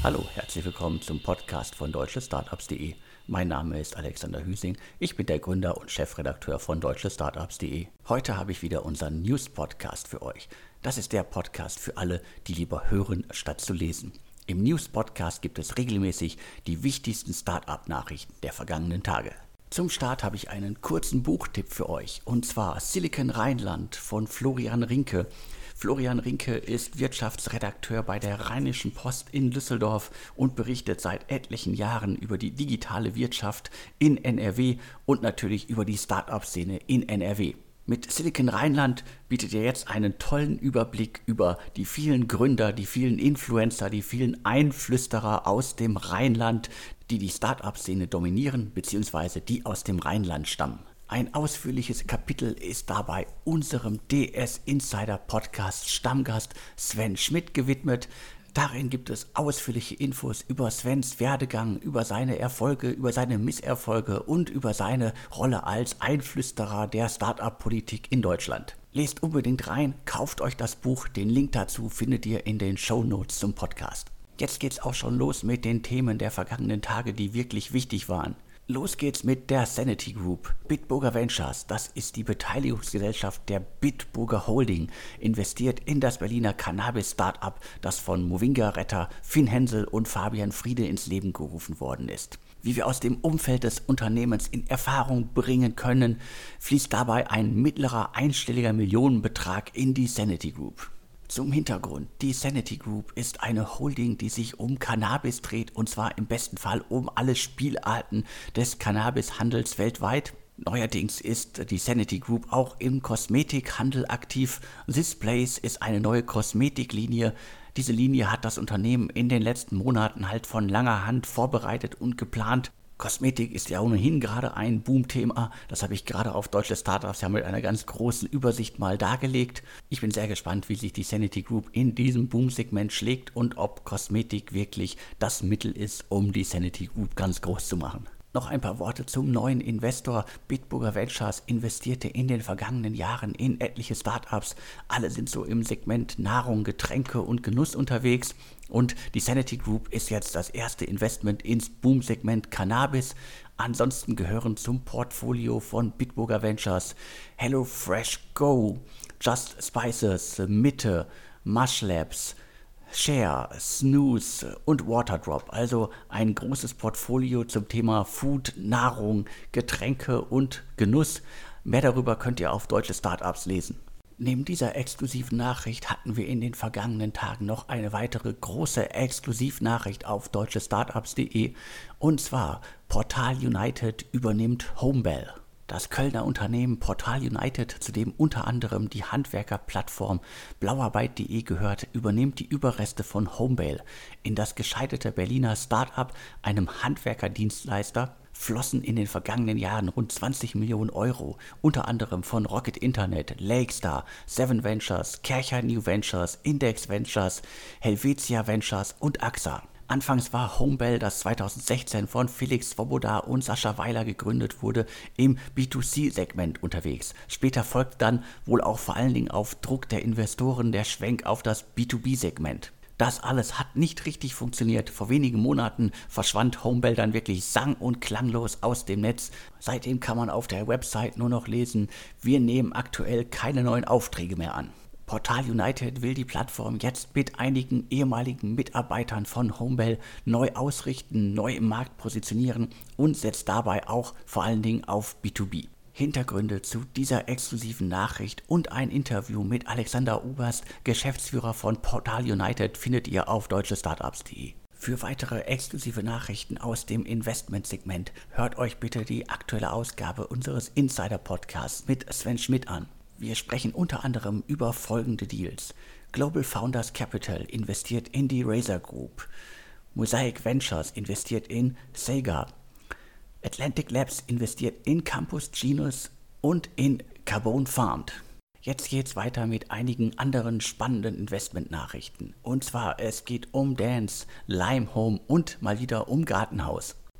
Hallo, herzlich willkommen zum Podcast von deutschestartups.de. Mein Name ist Alexander Hüsing, ich bin der Gründer und Chefredakteur von deutschestartups.de. Heute habe ich wieder unseren News-Podcast für euch. Das ist der Podcast für alle, die lieber hören, statt zu lesen. Im News-Podcast gibt es regelmäßig die wichtigsten Startup-Nachrichten der vergangenen Tage. Zum Start habe ich einen kurzen Buchtipp für euch, und zwar Silicon Rheinland von Florian Rinke. Florian Rinke ist Wirtschaftsredakteur bei der Rheinischen Post in Düsseldorf und berichtet seit etlichen Jahren über die digitale Wirtschaft in NRW und natürlich über die Start-up-Szene in NRW. Mit Silicon Rheinland bietet er jetzt einen tollen Überblick über die vielen Gründer, die vielen Influencer, die vielen Einflüsterer aus dem Rheinland, die die Start-up-Szene dominieren bzw. die aus dem Rheinland stammen. Ein ausführliches Kapitel ist dabei unserem DS Insider Podcast Stammgast Sven Schmidt gewidmet. Darin gibt es ausführliche Infos über Svens Werdegang, über seine Erfolge, über seine Misserfolge und über seine Rolle als Einflüsterer der Start-up-Politik in Deutschland. Lest unbedingt rein, kauft euch das Buch, den Link dazu findet ihr in den Shownotes zum Podcast. Jetzt geht's auch schon los mit den Themen der vergangenen Tage, die wirklich wichtig waren. Los geht's mit der Sanity Group. Bitburger Ventures, das ist die Beteiligungsgesellschaft der Bitburger Holding, investiert in das Berliner Cannabis-Startup, das von Movinga-Retter Finn Hensel und Fabian Friede ins Leben gerufen worden ist. Wie wir aus dem Umfeld des Unternehmens in Erfahrung bringen können, fließt dabei ein mittlerer einstelliger Millionenbetrag in die Sanity Group. Zum Hintergrund, die Sanity Group ist eine Holding, die sich um Cannabis dreht, und zwar im besten Fall um alle Spielarten des Cannabishandels weltweit. Neuerdings ist die Sanity Group auch im Kosmetikhandel aktiv. This Place ist eine neue Kosmetiklinie. Diese Linie hat das Unternehmen in den letzten Monaten halt von langer Hand vorbereitet und geplant. Kosmetik ist ja ohnehin gerade ein Boomthema. Das habe ich gerade auf Deutsche Startups ja mit einer ganz großen Übersicht mal dargelegt. Ich bin sehr gespannt, wie sich die Sanity Group in diesem Boom-Segment schlägt und ob Kosmetik wirklich das Mittel ist, um die Sanity Group ganz groß zu machen. Noch ein paar Worte zum neuen Investor. Bitburger Ventures investierte in den vergangenen Jahren in etliche Startups. Alle sind so im Segment Nahrung, Getränke und Genuss unterwegs. Und die Sanity Group ist jetzt das erste Investment ins Boom-Segment Cannabis. Ansonsten gehören zum Portfolio von Bitburger Ventures HelloFresh Go, Just Spices, Mitte, Mush Labs, Share, Snooze und Waterdrop, also ein großes Portfolio zum Thema Food, Nahrung, Getränke und Genuss. Mehr darüber könnt ihr auf Deutsche Startups lesen. Neben dieser exklusiven Nachricht hatten wir in den vergangenen Tagen noch eine weitere große Exklusivnachricht auf deutschestartups.de, und zwar Portal United übernimmt Homebell. Das Kölner Unternehmen Portal United, zu dem unter anderem die Handwerkerplattform blauarbeit.de gehört, übernimmt die Überreste von Homebell. In das gescheiterte Berliner Start-up, einem Handwerkerdienstleister, flossen in den vergangenen Jahren rund 20 Millionen Euro, unter anderem von Rocket Internet, Lakestar, Seven Ventures, Kercher New Ventures, Index Ventures, Helvetia Ventures und AXA. Anfangs war Homebell, das 2016 von Felix Svoboda und Sascha Weiler gegründet wurde, im B2C-Segment unterwegs. Später folgte dann, wohl auch vor allen Dingen auf Druck der Investoren, der Schwenk auf das B2B-Segment. Das alles hat nicht richtig funktioniert. Vor wenigen Monaten verschwand Homebell dann wirklich sang- und klanglos aus dem Netz. Seitdem kann man auf der Website nur noch lesen: Wir nehmen aktuell keine neuen Aufträge mehr an. Portal United will die Plattform jetzt mit einigen ehemaligen Mitarbeitern von Homebell neu ausrichten, neu im Markt positionieren und setzt dabei auch vor allen Dingen auf B2B. Hintergründe zu dieser exklusiven Nachricht und ein Interview mit Alexander Oberst, Geschäftsführer von Portal United, findet ihr auf deutschestartups.de. Für weitere exklusive Nachrichten aus dem Investmentsegment hört euch bitte die aktuelle Ausgabe unseres Insider-Podcasts mit Sven Schmidt an. Wir sprechen unter anderem über folgende Deals. Global Founders Capital investiert in die Razer Group. Mosaic Ventures investiert in Sega. Atlantic Labs investiert in Campus Genus und in Carbon Farmed. Jetzt geht's weiter mit einigen anderen spannenden Investmentnachrichten. Und zwar, es geht um Dance, Lime Home und mal wieder um Gartenhaus.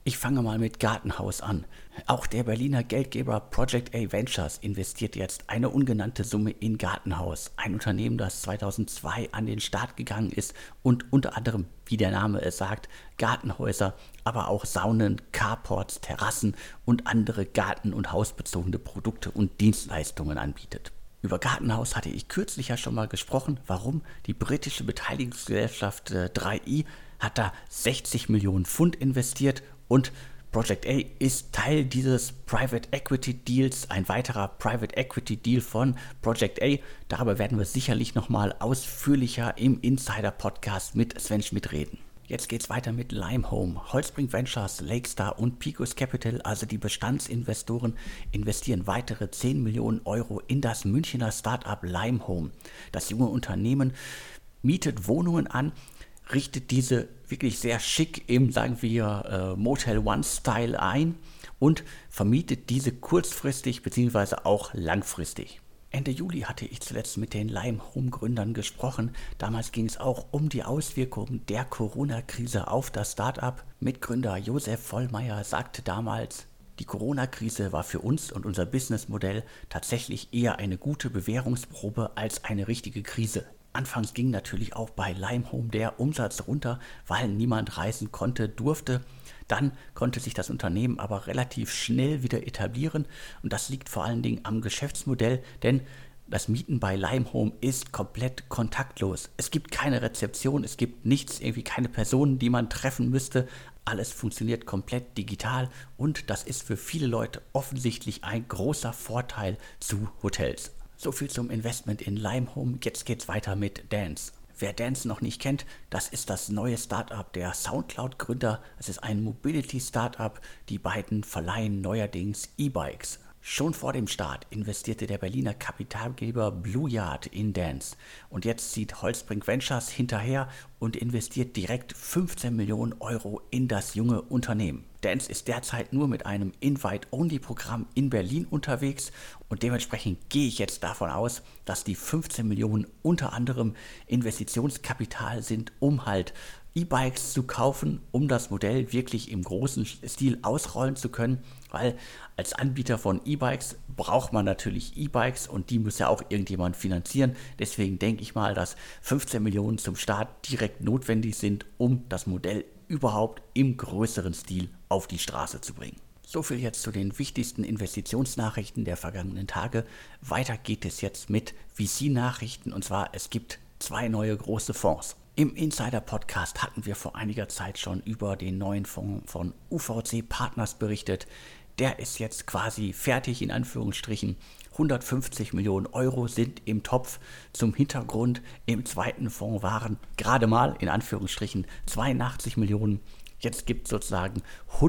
Ich fange mal mit Gartenhaus an. Auch der Berliner Geldgeber Project A Ventures investiert jetzt eine ungenannte Summe in Gartenhaus, ein Unternehmen, das 2002 an den Start gegangen ist und unter anderem, wie der Name es sagt, Gartenhäuser, aber auch Saunen, Carports, Terrassen und andere garten- und hausbezogene Produkte und Dienstleistungen anbietet. Über Gartenhaus hatte ich kürzlich ja schon mal gesprochen. Warum? Die britische Beteiligungsgesellschaft 3i hat da 60 Millionen Pfund investiert und Project A ist Teil dieses Private Equity Deals, ein weiterer Private Equity Deal von Project A. Darüber werden wir sicherlich nochmal ausführlicher im Insider-Podcast mit Sven Schmidt reden. Jetzt geht's weiter mit Limehome. Holzbrink Ventures, Lakestar und Picos Capital, also die Bestandsinvestoren, investieren weitere 10 Millionen Euro in das Münchner Startup Limehome. Das junge Unternehmen mietet Wohnungen an, richtet diese wirklich sehr schick im, sagen wir, Motel One-Style ein und vermietet diese kurzfristig bzw. auch langfristig. Ende Juli hatte ich zuletzt mit den Limehome-Gründern gesprochen. Damals ging es auch um die Auswirkungen der Corona-Krise auf das Startup. Mitgründer Josef Vollmeier sagte damals, die Corona-Krise war für uns und unser Businessmodell tatsächlich eher eine gute Bewährungsprobe als eine richtige Krise. Anfangs ging natürlich auch bei Limehome der Umsatz runter, weil niemand reisen konnte, durfte. Dann konnte sich das Unternehmen aber relativ schnell wieder etablieren und das liegt vor allen Dingen am Geschäftsmodell, denn das Mieten bei Limehome ist komplett kontaktlos. Es gibt keine Rezeption, es gibt nichts, irgendwie keine Personen, die man treffen müsste. Alles funktioniert komplett digital und das ist für viele Leute offensichtlich ein großer Vorteil zu Hotels. So viel zum Investment in Limehome. Jetzt geht's weiter mit Dance. Wer Dance noch nicht kennt, das ist das neue Startup der Soundcloud-Gründer. Es ist ein Mobility-Startup. Die beiden verleihen neuerdings E-Bikes. Schon vor dem Start investierte der Berliner Kapitalgeber Blue Yard in Dance. Und jetzt zieht Holzbrink Ventures hinterher und investiert direkt 15 Millionen Euro in das junge Unternehmen. Dance ist derzeit nur mit einem Invite-Only-Programm in Berlin unterwegs und dementsprechend gehe ich jetzt davon aus, dass die 15 Millionen unter anderem Investitionskapital sind, um halt E-Bikes zu kaufen, um das Modell wirklich im großen Stil ausrollen zu können, weil als Anbieter von E-Bikes braucht man natürlich E-Bikes und die muss ja auch irgendjemand finanzieren. Deswegen denke ich mal, dass 15 Millionen zum Start direkt notwendig sind, um das Modell überhaupt im größeren Stil auf die Straße zu bringen. So viel jetzt zu den wichtigsten Investitionsnachrichten der vergangenen Tage. Weiter geht es jetzt mit VC-Nachrichten und zwar es gibt 2 neue große Fonds. Im Insider-Podcast hatten wir vor einiger Zeit schon über den neuen Fonds von UVC Partners berichtet. Der ist jetzt quasi fertig, in Anführungsstrichen. 150 Millionen Euro sind im Topf. Zum Hintergrund, im zweiten Fonds waren gerade mal, in Anführungsstrichen, 82 Millionen. Jetzt gibt es sozusagen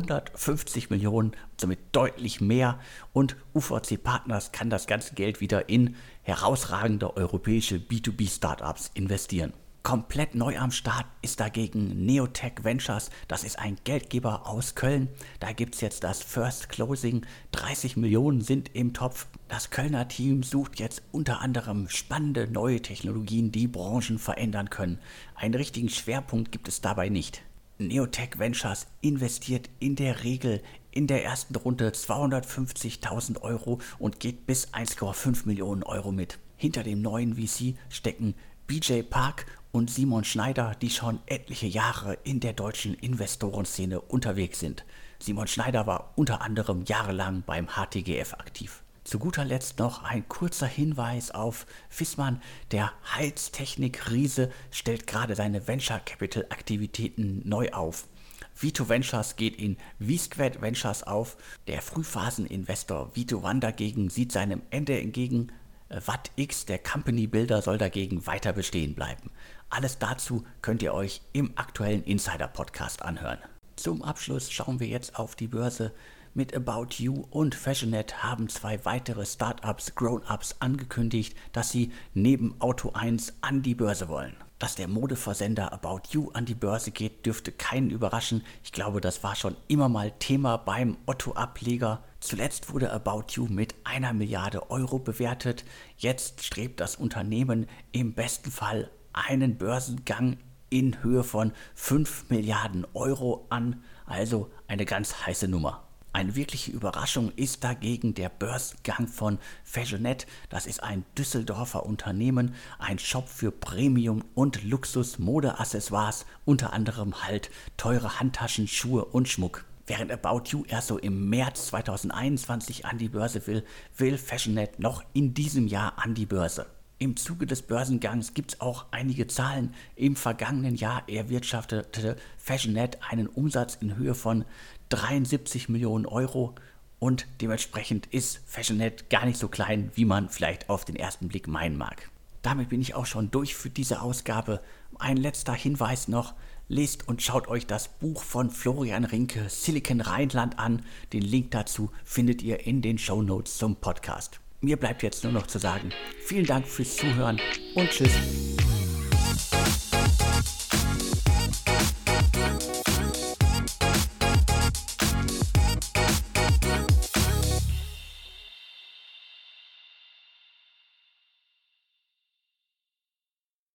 150 Millionen, somit deutlich mehr. Und UVC Partners kann das ganze Geld wieder in herausragende europäische B2B-Startups investieren. Komplett neu am Start ist dagegen Neotech Ventures, das ist ein Geldgeber aus Köln. Da gibt es jetzt das First Closing, 30 Millionen sind im Topf. Das Kölner Team sucht jetzt unter anderem spannende neue Technologien, die Branchen verändern können. Einen richtigen Schwerpunkt gibt es dabei nicht. Neotech Ventures investiert in der Regel in der ersten Runde 250.000 Euro und geht bis 1,5 Millionen Euro mit. Hinter dem neuen VC stecken BJ Park und Simon Schneider, die schon etliche Jahre in der deutschen Investorenszene unterwegs sind. Simon Schneider war unter anderem jahrelang beim HTGF aktiv. Zu guter Letzt noch ein kurzer Hinweis auf Viessmann. Der Heiztechnik-Riese stellt gerade seine Venture Capital Aktivitäten neu auf. Vito Ventures geht in V-Squared Ventures auf. Der Frühphaseninvestor Vito One dagegen sieht seinem Ende entgegen. WattX, der Company Builder, soll dagegen weiter bestehen bleiben. Alles dazu könnt ihr euch im aktuellen Insider-Podcast anhören. Zum Abschluss schauen wir jetzt auf die Börse. Mit About You und Fashionet haben 2 weitere Startups, Grown-Ups, angekündigt, dass sie neben Auto 1 an die Börse wollen. Dass der Modeversender About You an die Börse geht, dürfte keinen überraschen. Ich glaube, das war schon immer mal Thema beim Otto-Ableger. Zuletzt wurde About You mit 1 Milliarde Euro bewertet. Jetzt strebt das Unternehmen im besten Fall einen Börsengang in Höhe von 5 Milliarden Euro an. Also eine ganz heiße Nummer. Eine wirkliche Überraschung ist dagegen der Börsengang von Fashionette. Das ist ein Düsseldorfer Unternehmen, ein Shop für Premium- und Luxus-Mode-Accessoires, unter anderem halt teure Handtaschen, Schuhe und Schmuck. Während About You erst so im März 2021 an die Börse will Fashionette noch in diesem Jahr an die Börse. Im Zuge des Börsengangs gibt es auch einige Zahlen. Im vergangenen Jahr erwirtschaftete Fashionette einen Umsatz in Höhe von 73 Millionen Euro und dementsprechend ist Fashionette gar nicht so klein, wie man vielleicht auf den ersten Blick meinen mag. Damit bin ich auch schon durch für diese Ausgabe. Ein letzter Hinweis noch: Lest und schaut euch das Buch von Florian Rinke, Silicon Rheinland, an. Den Link dazu findet ihr in den Shownotes zum Podcast. Mir bleibt jetzt nur noch zu sagen, vielen Dank fürs Zuhören und tschüss.